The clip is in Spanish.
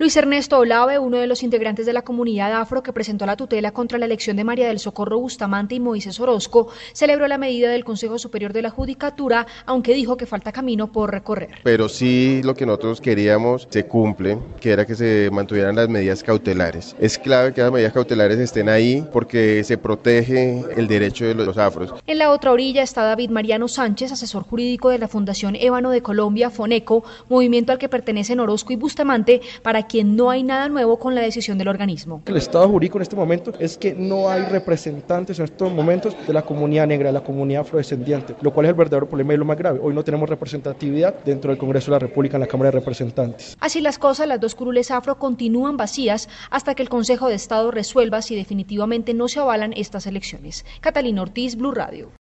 Luis Ernesto Olave, uno de los integrantes de la comunidad afro que presentó la tutela contra la elección de María del Socorro Bustamante y Moisés Orozco, celebró la medida del Consejo Superior de la Judicatura, aunque dijo que falta camino por recorrer. Pero sí lo que nosotros queríamos se cumple, que era que se mantuvieran las medidas cautelares. Es clave que las medidas cautelares estén ahí porque se protege el derecho de los afros. En la otra orilla está David Mariano Sánchez, asesor jurídico de la Fundación Ébano de Colombia, FONECO, movimiento al que pertenecen Orozco y Bustamante, para quien no hay nada nuevo con la decisión del organismo. El estado jurídico en este momento es que no hay representantes en estos momentos de la comunidad negra, de la comunidad afrodescendiente, lo cual es el verdadero problema y lo más grave. Hoy no tenemos representatividad dentro del Congreso de la República en la Cámara de Representantes. Así las cosas, las dos curules afro continúan vacías hasta que el Consejo de Estado resuelva si definitivamente no se avalan estas elecciones. Catalina Ortiz, Blue Radio.